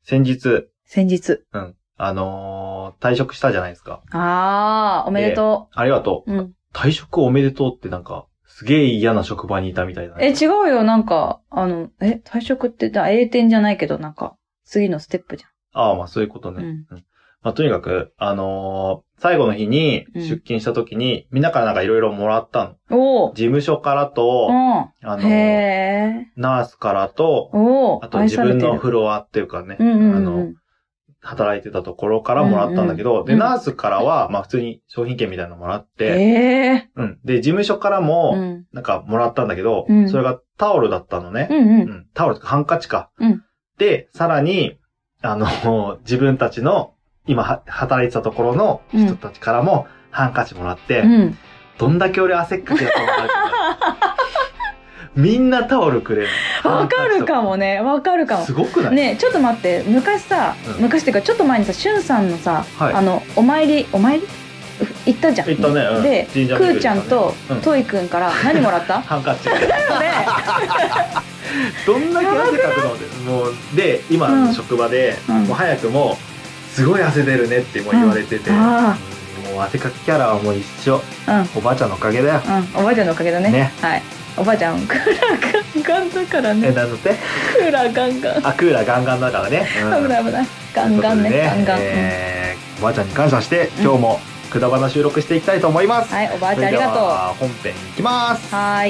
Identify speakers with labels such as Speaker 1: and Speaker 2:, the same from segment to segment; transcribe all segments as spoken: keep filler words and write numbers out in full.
Speaker 1: 先日。
Speaker 2: 先日。
Speaker 1: うん。あのー、退職したじゃないですか。
Speaker 2: あー、おめでと
Speaker 1: う。ありがとう。うん。退職おめでとうってなんか、すげえ嫌な職場にいたみたいだね。
Speaker 2: え、違うよ。なんか、あの、え、退職ってだ、栄転じゃないけど、なんか、次のステップじゃん。
Speaker 1: ああ、まあそういうことね。うん。うん、まあとにかく、あのー、最後の日に出勤した時に、うん、みんなからなんかいろいろもらったの。お事務所からと、あのー、ナースからと、おあと自分のフロアっていうかね、うんうんうん、あの、働いてたところからもらったんだけど、うんうん、で、ナースからは、まあ普通に商品券みたいなのもらって、へうん。で、事務所からも、なんかもらったんだけど、うん、それがタオルだったのね。うんうんうん、タオルとかハンカチか。うん、で、さらに、あの、自分たちの、今は、働いてたところの人たちからも、ハンカチもらって、うん、どんだけ俺汗っかきだと思われてたみんなタオルくれる。
Speaker 2: わかるかもね。わかるかも。
Speaker 1: すごくない？
Speaker 2: ねえ、ちょっと待って。昔さ、うん、昔っていうかちょっと前にさ、しゅんさんのさ、はい、あの、お参り、お参り行ったじゃん。
Speaker 1: 行ったね。うん、
Speaker 2: で、くーちゃんとトイくんから何もらった
Speaker 1: ハンカチ。
Speaker 2: だよね。
Speaker 1: どんだけ汗かくので、もう、で、今の職場で、うん、もう早くも、すごい汗出るねってもう言われてて、うん、もう汗かきキャラはもう一緒。うん、おばあちゃんのおかげだよ。
Speaker 2: うん、おばあちゃんのおかげだね。ね。はい。おばあちゃん、クーラーガンガンだからね。
Speaker 1: え、なんだって
Speaker 2: クーラーガンガン。
Speaker 1: あ、クーラーガンガンだからね。
Speaker 2: うん、危ない危ない。ガンガンね、ガンガン。
Speaker 1: えー、おばあちゃんに感謝して、今日もくだばな収録していきたいと思います。
Speaker 2: はい、おばあちゃんありがとう。
Speaker 1: 本編いきます。
Speaker 2: はい。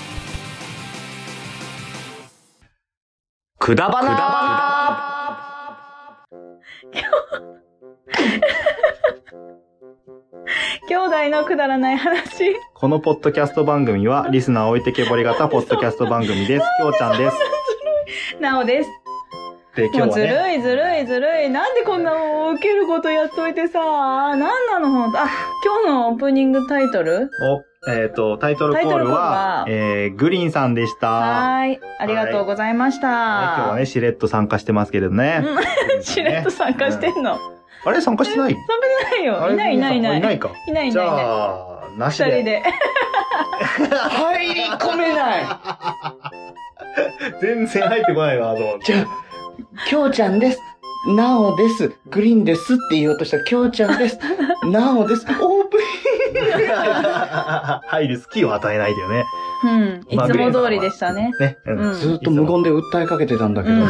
Speaker 1: くだばな。くだば
Speaker 2: な。兄弟のくだらない話。
Speaker 1: このポッドキャスト番組はリスナー置いてけぼり型ポッドキャスト番組です。きょうちゃんです。
Speaker 2: なおです。で、今日はね、もうずるいずるいずるい。なんでこんなもう受けることやっといてさ、なんなのほんと。あ、今日のオープニングタイトル
Speaker 1: お、えっ、ー、と、タイトルコールは、はえー、グリーンさんでした。
Speaker 2: はい。ありがとうございました。はい、
Speaker 1: 今日はね、しれっと参加してますけれどね。
Speaker 2: しれっと参加してんの、うん
Speaker 1: あれ参加してない？
Speaker 2: 参加してないよ。いないいないいない。
Speaker 1: いないか。
Speaker 2: いないいない。
Speaker 1: じゃあ、なしで。
Speaker 2: 二人で。
Speaker 3: 入り込めない。
Speaker 1: 全然入ってこないな、と思って。
Speaker 3: じゃあ、きょうちゃんです。なおです。グリーンですって言おうとしたら、きょうちゃんです。なおです。オープン。
Speaker 1: 入る隙を与えないでよね。
Speaker 2: うん。いつも通りでしたね。
Speaker 1: ね。
Speaker 3: うん、ずっと無言で訴えかけてたんだけど、うん、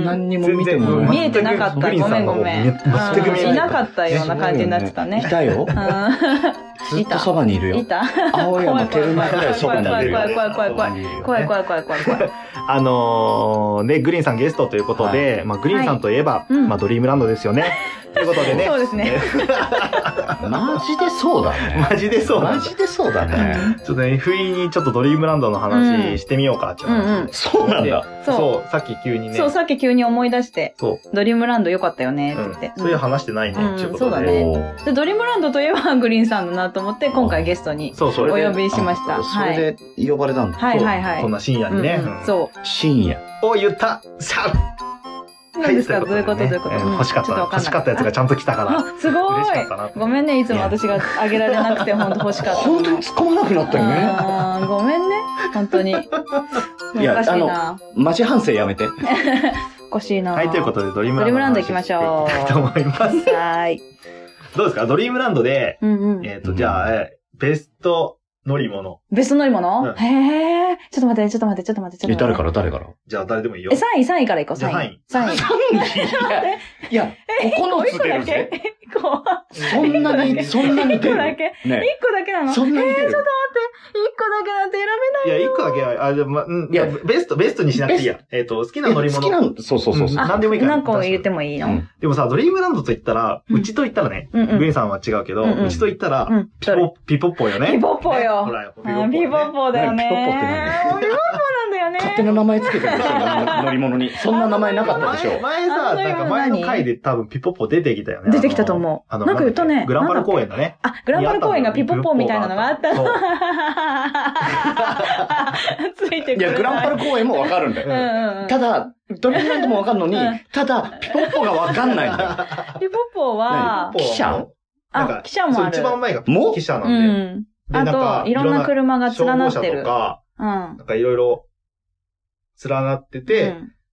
Speaker 3: 何にも見ても
Speaker 2: 見えてなかった。ごめんごめん。
Speaker 1: 全く見えない。
Speaker 2: いなかったような感じになってたね。
Speaker 3: いたよ。ずっとそばにいるよ。
Speaker 2: いた。
Speaker 3: 青山テルマぐらいそばにいるよ。
Speaker 2: 怖い怖い怖い怖い怖い怖い怖い怖い怖い怖い。
Speaker 1: あのー、ね、グリーンさんゲストということで、まあグリーンさんといえば、まあドリームランドですよね。ということでね。
Speaker 2: そうですね。
Speaker 3: マジでそうだね。
Speaker 1: マジでそうだね。
Speaker 3: マジでそうだね。
Speaker 1: ちょっとね、不意にちょっとドリームランドの話してみようかっていう話。
Speaker 3: そうなんだ。
Speaker 1: そう、さっき急にね。
Speaker 2: そう、さっき急に思い出して。そう。ドリームランド良かったよねって言って。
Speaker 1: そういう話してないねっていうことで。
Speaker 2: そうだね。で、ドリームランドといえばグリーンさんだなと思って、今回ゲストにお呼びしました。
Speaker 3: それで呼ばれたんだ。
Speaker 2: はいはいはい。
Speaker 1: こんな深夜にね。
Speaker 2: そう。
Speaker 3: 深夜。
Speaker 1: お、言ったさあ
Speaker 2: 何ですか、どういうことどういうこと
Speaker 1: 欲しかった。欲しかったやつがちゃんと来たから。
Speaker 2: あ、すごい。ごめんね、いつも私があげられなくて、本当欲しかった。
Speaker 3: 本当に突っ込まなくなったよね。
Speaker 2: あごめんね、本当に。い
Speaker 3: や、あの、マジ反省やめて。
Speaker 2: おかしいな。
Speaker 1: はい、ということで、ドリームランド。
Speaker 2: ドリームランド行きましょう。
Speaker 1: と思います。
Speaker 2: はい。
Speaker 1: どうですか、ドリームランドで、えっと、じゃあ、ベスト乗り物。
Speaker 2: ベスト乗り物へえ。ちょっと待って、ちょっと待って、ちょっと待って、ちょっと待って。
Speaker 3: 誰から誰から
Speaker 1: じゃあ、誰でもいいよ。
Speaker 2: え、さんい、さんいから行こう、さんい。
Speaker 1: さんい。
Speaker 2: さん
Speaker 3: い。いや、ここのつ出るぜ。そんなに、そんなに出る。
Speaker 2: いっこだけいっこだけなの
Speaker 3: そんなに出る。
Speaker 2: え、ちょっと待って。いっこだけなんて選べない
Speaker 1: よ。いや、いっこだけは、あ、じゃま、うん、いや、ベスト、ベストにしなくていいや。えっと、好きな乗り物。
Speaker 3: 好きな、そうそうそう。
Speaker 1: 何でもいいから。
Speaker 2: 何個言ってもいいの
Speaker 1: でもさ、ドリームランドと言ったら、うちと言ったらね、グリーンさんは違うけど、うちと言ったら、ピポ、ピポッポよね。
Speaker 2: ピポッポよ。
Speaker 1: ほら、
Speaker 2: ピポッポだよね。
Speaker 3: ピポッポって何？
Speaker 2: ピポッポなんだよね。
Speaker 3: 勝手な名前つけてるでしょ、乗り物に。そんな名前なかったでしょ。
Speaker 1: 前さ、なんか前の回で多分ピポッポ出てきたよね。
Speaker 2: 出てきたと思う。なんか言ったね。
Speaker 1: グランパル公園だね。
Speaker 2: あ、グランパル公園がピポッポみたいなのがあったの。ついてくる。
Speaker 3: いや、グランパル公園もわかるんだよ。ただ、ドリームランドもわかるのに、ただ、ピポッポがわかんないんだよ。
Speaker 2: ピポッポは、
Speaker 3: 汽車
Speaker 2: あ、汽車もある。
Speaker 1: 一番前が汽車なん
Speaker 2: で。あと、いろんな車が連なってる。
Speaker 1: 消防車とか、なんかいろいろ連なってて、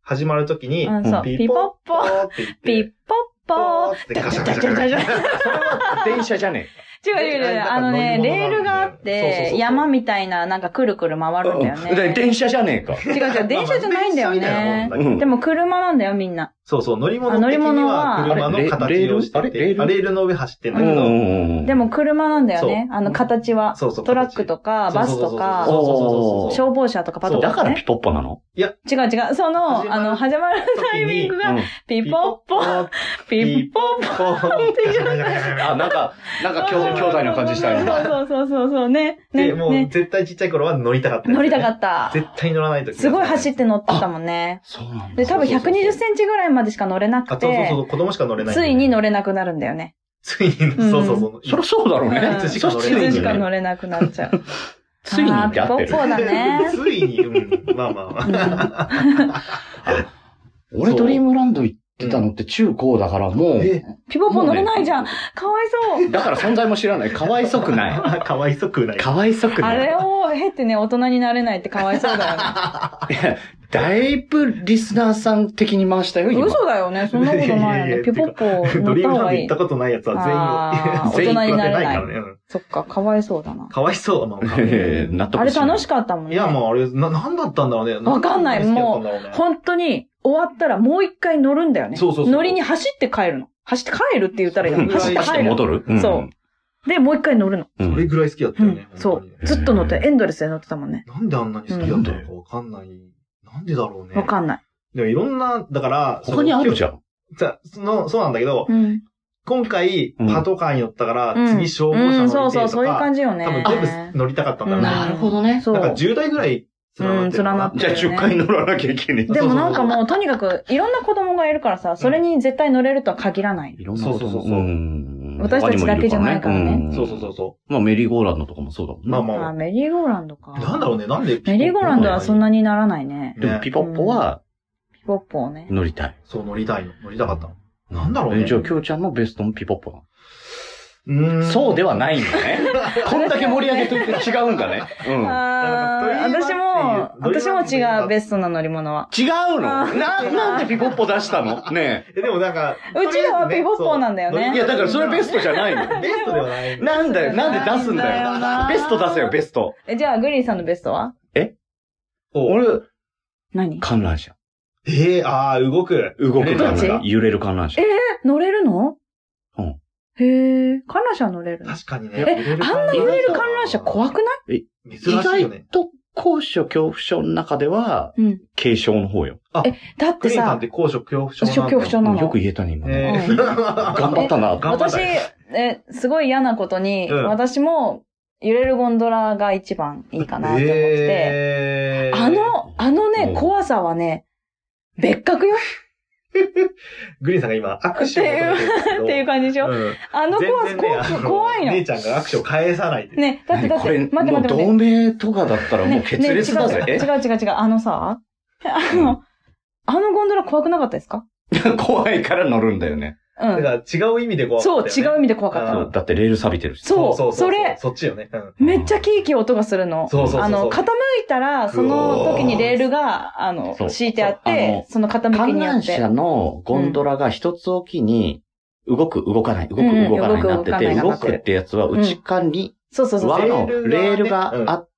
Speaker 1: 始まるときに、
Speaker 2: うんそう
Speaker 1: ピポッポーって言って、
Speaker 2: ピッポッポー
Speaker 1: ってガシャガシャガシャガシャ。
Speaker 3: それは電車じゃね
Speaker 2: 違う違う違う。あのね、レールがあって、山みたいな、なんかくるくる回るんだよ
Speaker 3: え。
Speaker 2: ね。
Speaker 3: 電車じゃねえか。
Speaker 2: 違う違う、電車じゃないんだよね。でも車なんだよ、みんな。
Speaker 1: そうそう、乗り物的には車の形をしてて、レールの上走ってんだけど。
Speaker 2: でも車なんだよね。あの形は。トラックとか、バスとか、消防車とかパトカー。
Speaker 3: だからピポッポなの？
Speaker 1: いや。
Speaker 2: 違う違う。その、あの、始まるタイミングが、ピポッポ、ピポッポって言うんだよ。
Speaker 3: あ、なんか、なんか兄弟の感じしたい
Speaker 2: な。そうそうそうそうね。
Speaker 1: で、もう絶対ちっちゃい頃は乗りたかった。
Speaker 2: 乗りたかった。
Speaker 1: 絶対乗らないと。
Speaker 2: すごい走って乗ってたもんね。
Speaker 3: そうなんだ。
Speaker 2: で、多分ひゃくにじゅっセンチぐらいまでしか乗れなくて。
Speaker 1: そうそうそう、子供しか乗れない。
Speaker 2: ついに乗れなくなるんだよね。
Speaker 1: ついに、そうそうそう。
Speaker 3: そりゃそうだろうね。
Speaker 2: いつしか乗れなくなっちゃう。
Speaker 3: ついにって合ってる。
Speaker 2: そうだね。
Speaker 1: ついに、うん、まあまあまあ。
Speaker 3: 俺ドリームランド行ってたのって中高だからもう。
Speaker 2: ピポポ乗れないじゃん。かわいそう。
Speaker 3: だから存在も知らない。かわいそくない。
Speaker 1: かわいそくない。
Speaker 3: かわいそくない。
Speaker 2: あれを経てね、大人になれないってかわいそうだよね。
Speaker 3: いや、だいぶリスナーさん的に回したよ、今。
Speaker 2: 嘘だよね。そんなことないよね。ピポッポ乗った方がいい。
Speaker 1: ドリームランド行ったことないやつは
Speaker 2: 全員、大人になれない。そっか、かわいそうだな。
Speaker 1: かわいそうなのか。
Speaker 2: あれ楽しかったもんね。
Speaker 1: いや、もうあれ、な、なんだったんだろうね。
Speaker 2: わかんない。もう、本当に、終わったらもう一回乗るんだよね。
Speaker 1: そうそうそう。
Speaker 2: 乗りに走って帰るの。走って帰るって言ったらいいの。
Speaker 3: 走って帰る。戻る
Speaker 2: そう。で、もう一回乗るの。
Speaker 1: それぐらい好きだったよね。
Speaker 2: そう。ずっと乗って、エンドレスで乗ってたもんね。
Speaker 1: なんであんなに好きだったのかわかんない。なんでだろうね。
Speaker 2: わかんない。
Speaker 1: でもいろんな、だから、
Speaker 3: 他にあるじゃん。
Speaker 1: その、そうなんだけど、今回、パトカーに乗ったから、次消防車乗りてとか、
Speaker 2: そうそう、そういう感じよね。
Speaker 1: 多分全部乗りたかったんだろうね。
Speaker 3: なるほどね。
Speaker 2: そう。
Speaker 1: なんかじゅうだいぐらい、
Speaker 2: うん、連なってる、
Speaker 3: じゃあじゅっかい乗らなきゃいけない。
Speaker 2: でもなんかもう、とにかく、いろんな子供がいるからさ、それに絶対乗れるとは限らない。
Speaker 3: いろんな子供。そうそうそう。
Speaker 2: 私たちだけじゃないからね。
Speaker 1: そうそうそうそう。
Speaker 3: まあメリーゴーランドとかもそうだもんね。
Speaker 1: まあま
Speaker 2: あ。メリーゴーランドか。
Speaker 1: なんだろうね、なんで
Speaker 2: メリーゴーランドはそんなにならないね。
Speaker 3: でもピポッポは、
Speaker 2: ピポッポをね。
Speaker 3: 乗りたい。
Speaker 1: そう、乗りたいの。乗りたかったの。なんだろうね。
Speaker 3: じゃあ、きょうちゃんのベストのピポッポなの。
Speaker 1: うん
Speaker 3: そうではないんだね。こんだけ盛り上げといて違うんだね。うん。
Speaker 2: 私も、私も違う、ベストな乗り物は。
Speaker 3: 違うのな、なんでピポッポ出したのね
Speaker 1: え。でもなんか、
Speaker 2: うちらはピポッポなんだよね。
Speaker 3: いや、だからそれベストじゃないの。
Speaker 1: ベストではない。
Speaker 3: なんだよ、なんで出すんだよ。ベスト出せよ、ベスト。
Speaker 2: え、じゃあ、グリーンさんのベストは
Speaker 3: え俺、
Speaker 2: 何
Speaker 3: 観覧車。
Speaker 1: ええ、ああ、動く。
Speaker 3: 動く観覧車。揺れる観覧車。
Speaker 2: えー、乗れるの
Speaker 3: うん。
Speaker 2: へえ、観覧車乗れるの
Speaker 1: 確かにね。
Speaker 2: え、あんな揺れる観覧車怖くない
Speaker 3: え、珍しいよね。意外と高所恐怖症の中では、うん、軽症の方よ。
Speaker 2: あ、え、だってさ、
Speaker 1: グリーンさんって高所恐怖症なの
Speaker 2: 恐怖症なの
Speaker 3: よく言えたね、今ね。頑張ったな。
Speaker 2: 私、え、すごい嫌なことに、私も揺れるゴンドラが一番いいかなって思ってて、あの、あのね、怖さはね、別格よ。
Speaker 1: グリーンさんが今、握手を求めてるんですけど。
Speaker 2: っていう感じでしょ、うん、あの怖さ、ね、怖いの。
Speaker 1: 姉ちゃんが握手を返さないって。
Speaker 2: ね、だってだって、待って待って待って。
Speaker 3: 同盟とかだったらもう決裂だぜ。
Speaker 2: ねね、違う違う違う違う。あのさ、あの、うん、あのゴンドラ怖くなかったですか？
Speaker 3: 怖いから乗るんだよね。
Speaker 2: うん。
Speaker 1: だから違う意味で怖かった、ね。
Speaker 2: そう、違う意味で怖かった。
Speaker 3: だってレール錆びてるし。
Speaker 2: そう、そう、それ。
Speaker 1: そっちよね。
Speaker 2: うん、めっちゃキーキー音がするの。
Speaker 1: そうそうそう。
Speaker 2: あの、傾いたら、その時にレールが、あの、敷いてあって、その傾きによって。
Speaker 3: 観覧車のゴンドラが一つおきに、動く、動かない、動く、動かないになってて、動くってやつは内側に、
Speaker 2: そうそうそう。
Speaker 3: 輪のレールがあって、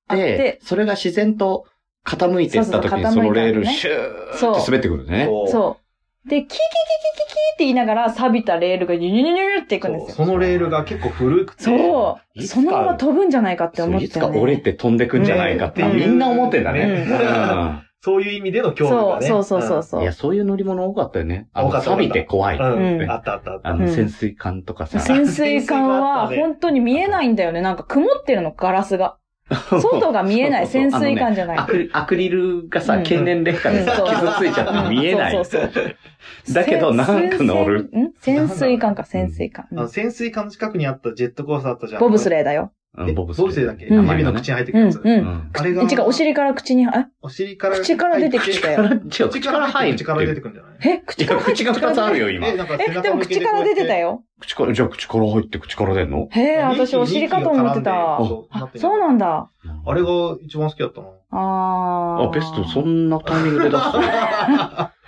Speaker 3: それが自然と傾いていった時にそのレールシューって滑ってくるね。
Speaker 2: そう。で、キーキーキーキーキーって言いながら錆びたレールがニュニュニュニュっていくんですよ。
Speaker 1: そのレールが結構古くて。
Speaker 2: そう。そのまま飛ぶんじゃないかって思って、ね。
Speaker 3: いつか折れて飛んでくんじゃないかってみんな思ってんだね。
Speaker 1: そういう意味での恐怖がね。
Speaker 2: そうそうそうそう。
Speaker 3: いや、そういう乗り物多かったよね。あの、錆びて怖い。
Speaker 1: あったあったあった。
Speaker 3: あの、潜水艦とかさ。
Speaker 2: 潜水艦は本当に見えないんだよね。なんか曇ってるの、ガラスが。外が見えない潜水艦じゃない。
Speaker 3: アクリルがさ、経年劣化でさ、傷ついちゃって見えない。そうそうそう。だけど、なんか乗る。
Speaker 2: ん潜水艦か、潜水艦。
Speaker 1: 潜水艦の近くにあったジェットコースターあったじゃん。
Speaker 2: ボブスレーだよ。
Speaker 3: ボブ
Speaker 1: スレーだっけ蛇の口に入ってくるやつ。
Speaker 2: あれが。違う、お尻から口に、え
Speaker 1: お尻から。
Speaker 2: 口から出てきたよ。
Speaker 3: 口から入る。
Speaker 1: 口から出てくるんじゃない
Speaker 2: え口から
Speaker 3: 口が二つあるよ、今。
Speaker 2: え、でも口から出てたよ。
Speaker 3: 口から、じゃあ口から入って口から出んの？
Speaker 2: へえ、私お尻かと思ってた。そうなんだ。
Speaker 1: あれが一番好きだったな。
Speaker 2: あ
Speaker 3: あ。あ、ベストそんなタイミングで出す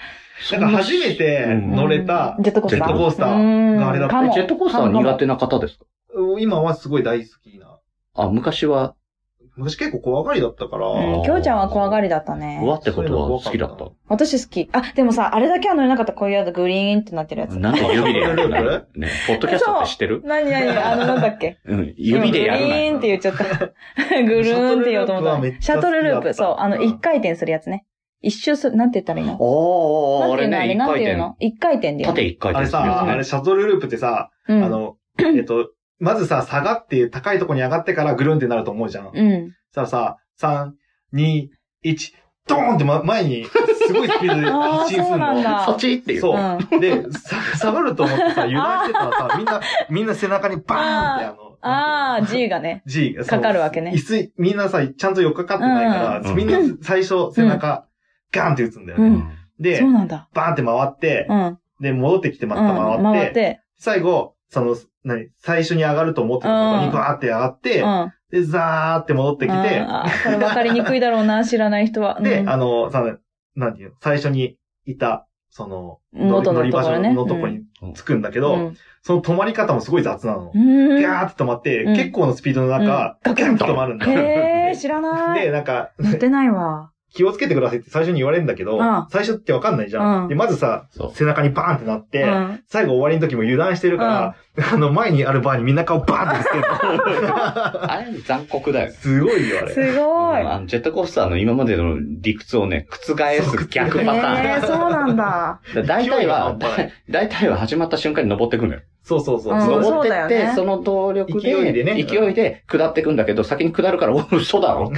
Speaker 1: なんか初めて乗れた
Speaker 2: ジェットコースター。
Speaker 1: ジェットコースターがあれだった。
Speaker 3: ジェットコースターは苦手な方ですか？
Speaker 1: 今はすごい大好きな。
Speaker 3: あ、昔は
Speaker 1: 昔結構怖がりだったから。
Speaker 2: うん、きょうちゃんは怖がりだったね。
Speaker 3: 怖ってことは好きだった。
Speaker 2: 私好き。あ、でもさ、あれだけは乗れなかった。こういうやつグリーンってなってるやつ。
Speaker 3: なんで指でやるのね。ポッドキャストって知ってる？
Speaker 2: 何何あの、なんだっけ？
Speaker 3: うん、指でやるの。
Speaker 2: グリーンって言っちゃった。グルーンって言おうと思った。シャトルループ。そう。あの、一回転するやつね。一周する、なんて言ったらいいの？
Speaker 3: おー、あれね、
Speaker 2: なんていうの？一回転でやる。
Speaker 3: 縦一回転
Speaker 1: する。あれさ、あれシャトルループってさ、あの、えっと、まずさ、下がって高いとこに上がってからぐるんってなると思うじゃん。うん。そしたらさ、さん、に、いち、ドーンって、ま、前に、すごいスピードで発進するの。
Speaker 3: そっちっていう。
Speaker 1: そう。うん、で、下がると思ってさ、油断してたらさ、みんな、みんな背中にバーンってあの、
Speaker 2: ああ、G がね。
Speaker 1: G が。
Speaker 2: かかるわけね。
Speaker 1: 椅子、みんなさ、ちゃんと寄っかかってないから、うん、みんな最初背中、ガーンって打つんだよね。うん、で、
Speaker 2: そうなんだ。
Speaker 1: バーンって回って、うん、で、戻ってきてまた回って、うん、回って、最後、その、何、最初に上がると思ってたところにバーって上がって、うんで、ザーって戻ってきて。
Speaker 2: あこれ分かりにくいだろうな、知らない人は。
Speaker 1: で、うん、あの、さ、なんていうの、最初にいた、その、
Speaker 2: 元の
Speaker 1: 乗り場所のとこに着くんだけど、うん、その止まり方もすごい雑なの。うん、ガーって止まって、うん、結構のスピードの中、ガキャンと止まるんだよ。
Speaker 2: へー、知らない。
Speaker 1: で、なんか、
Speaker 2: 乗ってないわ。
Speaker 1: 気をつけてくださいって最初に言われるんだけど、うん、最初ってわかんないじゃん。うん、で、まずさ、背中にバーンってなって、うん、最後終わりの時も油断してるから、うん、あの、前にあるバーにみんな顔バーンってつけるの。
Speaker 3: あれ残酷だよ。
Speaker 1: すごいよ、あれ。
Speaker 2: すごい。
Speaker 3: あのジェットコースターの今までの理屈をね、覆す逆パターン。
Speaker 2: えー、そうなんだ。
Speaker 3: 大体は、大体は始まった瞬間に登ってくんだよ。
Speaker 1: そうそうそう。
Speaker 3: 登ってって、その動力で、勢いでね。勢いで下ってくんだけど、先に下るから、お、嘘だろって。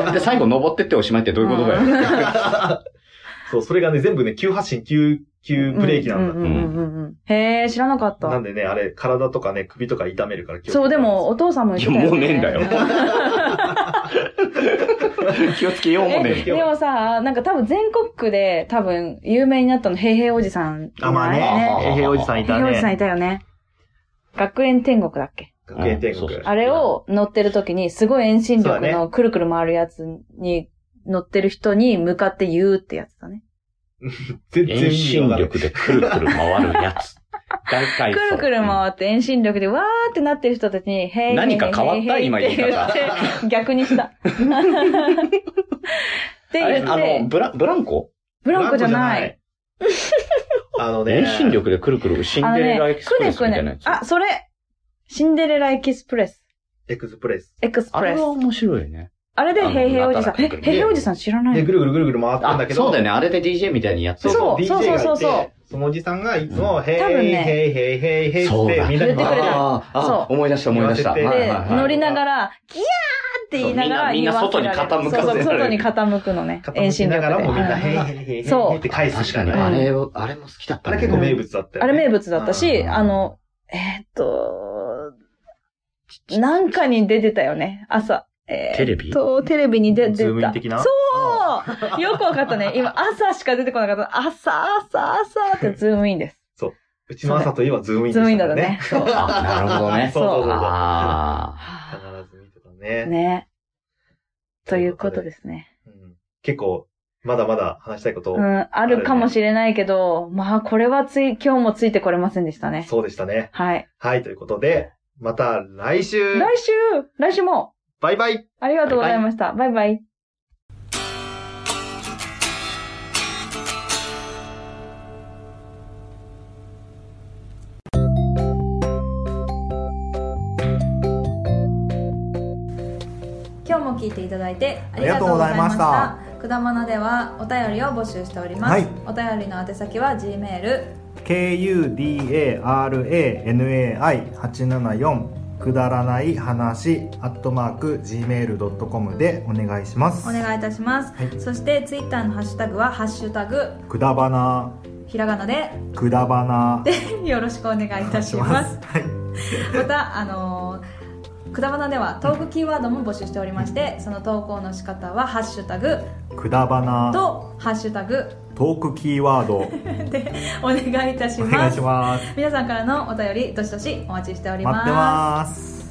Speaker 3: で、最後登ってっておしまいってどういうことだよ。
Speaker 1: そう、それがね、全部ね、急発進、急、急ブレーキなん
Speaker 2: だ。へー、知らなかった。
Speaker 1: なんでね、あれ、体とかね、首とか痛めるから気をつけて。
Speaker 2: そう、でも、お父さんも言ってたよね。
Speaker 3: もうねえんだよ。気をつけようもねえ。
Speaker 2: でもさ、なんか多分全国区で多分有名になったの、へいへいおじさん。
Speaker 1: あ、まあね。へいへいおじさんいたね。
Speaker 2: へいへいおじさんいたよね。学園天国だっけ？
Speaker 1: 学園天国。
Speaker 2: あれを乗ってる時に、すごい遠心力のくるくる回るやつに乗ってる人に向かって言うってやつだね。
Speaker 3: 遠心力でくるくる回るやつ。大体
Speaker 2: くるくる回って遠心力でわーってなってる人たちに、へい
Speaker 3: 何か変わった今言い方。
Speaker 2: 逆にした。って言って。
Speaker 3: あの、ブラ、ブランコ
Speaker 2: ブランコじゃない。
Speaker 1: あのね。
Speaker 3: 遠心力でくるくるシンデレラエクスプレスみたいなやつ。
Speaker 2: あ、それシンデレラエクスプレス。
Speaker 1: エクスプレス。
Speaker 2: エクスプレス。
Speaker 3: あれは面白いね。
Speaker 2: あれで、へいへいおじさん。え、へいへいおじさん知らない
Speaker 1: で、ぐるぐるぐるぐる回ってんだけど。
Speaker 3: そうだよね。あれで ディージェー みたいにやってる。
Speaker 2: そう、そうそうそうそう。
Speaker 1: そのおじさんがいつも、へいへいへいへいへいへいってみんなに
Speaker 2: 言ってくれた。
Speaker 3: そう。思い出した思い出した。
Speaker 2: で、乗りながら、ギャーって言いながら、
Speaker 3: みんな外に傾く。
Speaker 2: そうそう、外に傾くのね。遠心力で。
Speaker 1: ながらもみんな、へいへいへいへいって返す。
Speaker 3: 確かに、あれ、あれも好きだった。
Speaker 1: あれ結構名物だったよ。
Speaker 2: あれ名物だったし、あの、えっと、なんかに出てたよね、朝。
Speaker 3: えー、テレビ
Speaker 2: と、テレビに出てた。
Speaker 1: ズームイン的な
Speaker 2: そうよくわかったね。今、朝しか出てこなかった。朝、朝、朝ってズームインです。
Speaker 1: そう。うちの朝といえばズームインです、
Speaker 2: ね。ズームインだったね。そう。
Speaker 3: あ、なるほどね。
Speaker 1: そうそうそうそう。
Speaker 3: あ
Speaker 1: 必ず見てたね。
Speaker 2: ね。ということですね。
Speaker 1: うん、結構、まだまだ話したいこと、
Speaker 2: ね。うん、あるかもしれないけど、まあ、これはつい、今日もついてこれませんでしたね。
Speaker 1: そうでしたね。
Speaker 2: はい。
Speaker 1: はい、ということで、また来週。
Speaker 2: 来週来週も
Speaker 1: バイバイ。
Speaker 2: ありがとうございました。バイバイ。今日も聞いていただいてありがとうございました。くだまなではお便りを募集しております。はい、お便りの宛先は G メール
Speaker 1: ケーユーディーエーアールエーエヌエーアイはちななよんくだらない話アットマーク ジーメールドットコム でお願いします。
Speaker 2: お願いいたします。はい、そしてツイッターのハッシュタグはハッシュタグ
Speaker 1: くだばな
Speaker 2: ひらがなで
Speaker 1: くだばな
Speaker 2: でよろしくお願いいたします。はい、またあのー、くだばなではトークキーワードも募集しておりまして、その投稿の仕方はハッシュタグ
Speaker 1: くだばな
Speaker 2: とハッシュタグ
Speaker 1: トークキーワード
Speaker 2: でお願いいたします。
Speaker 1: お願いします。
Speaker 2: 皆さんからのお便りどしどしお待ちしております。
Speaker 1: 待ってます。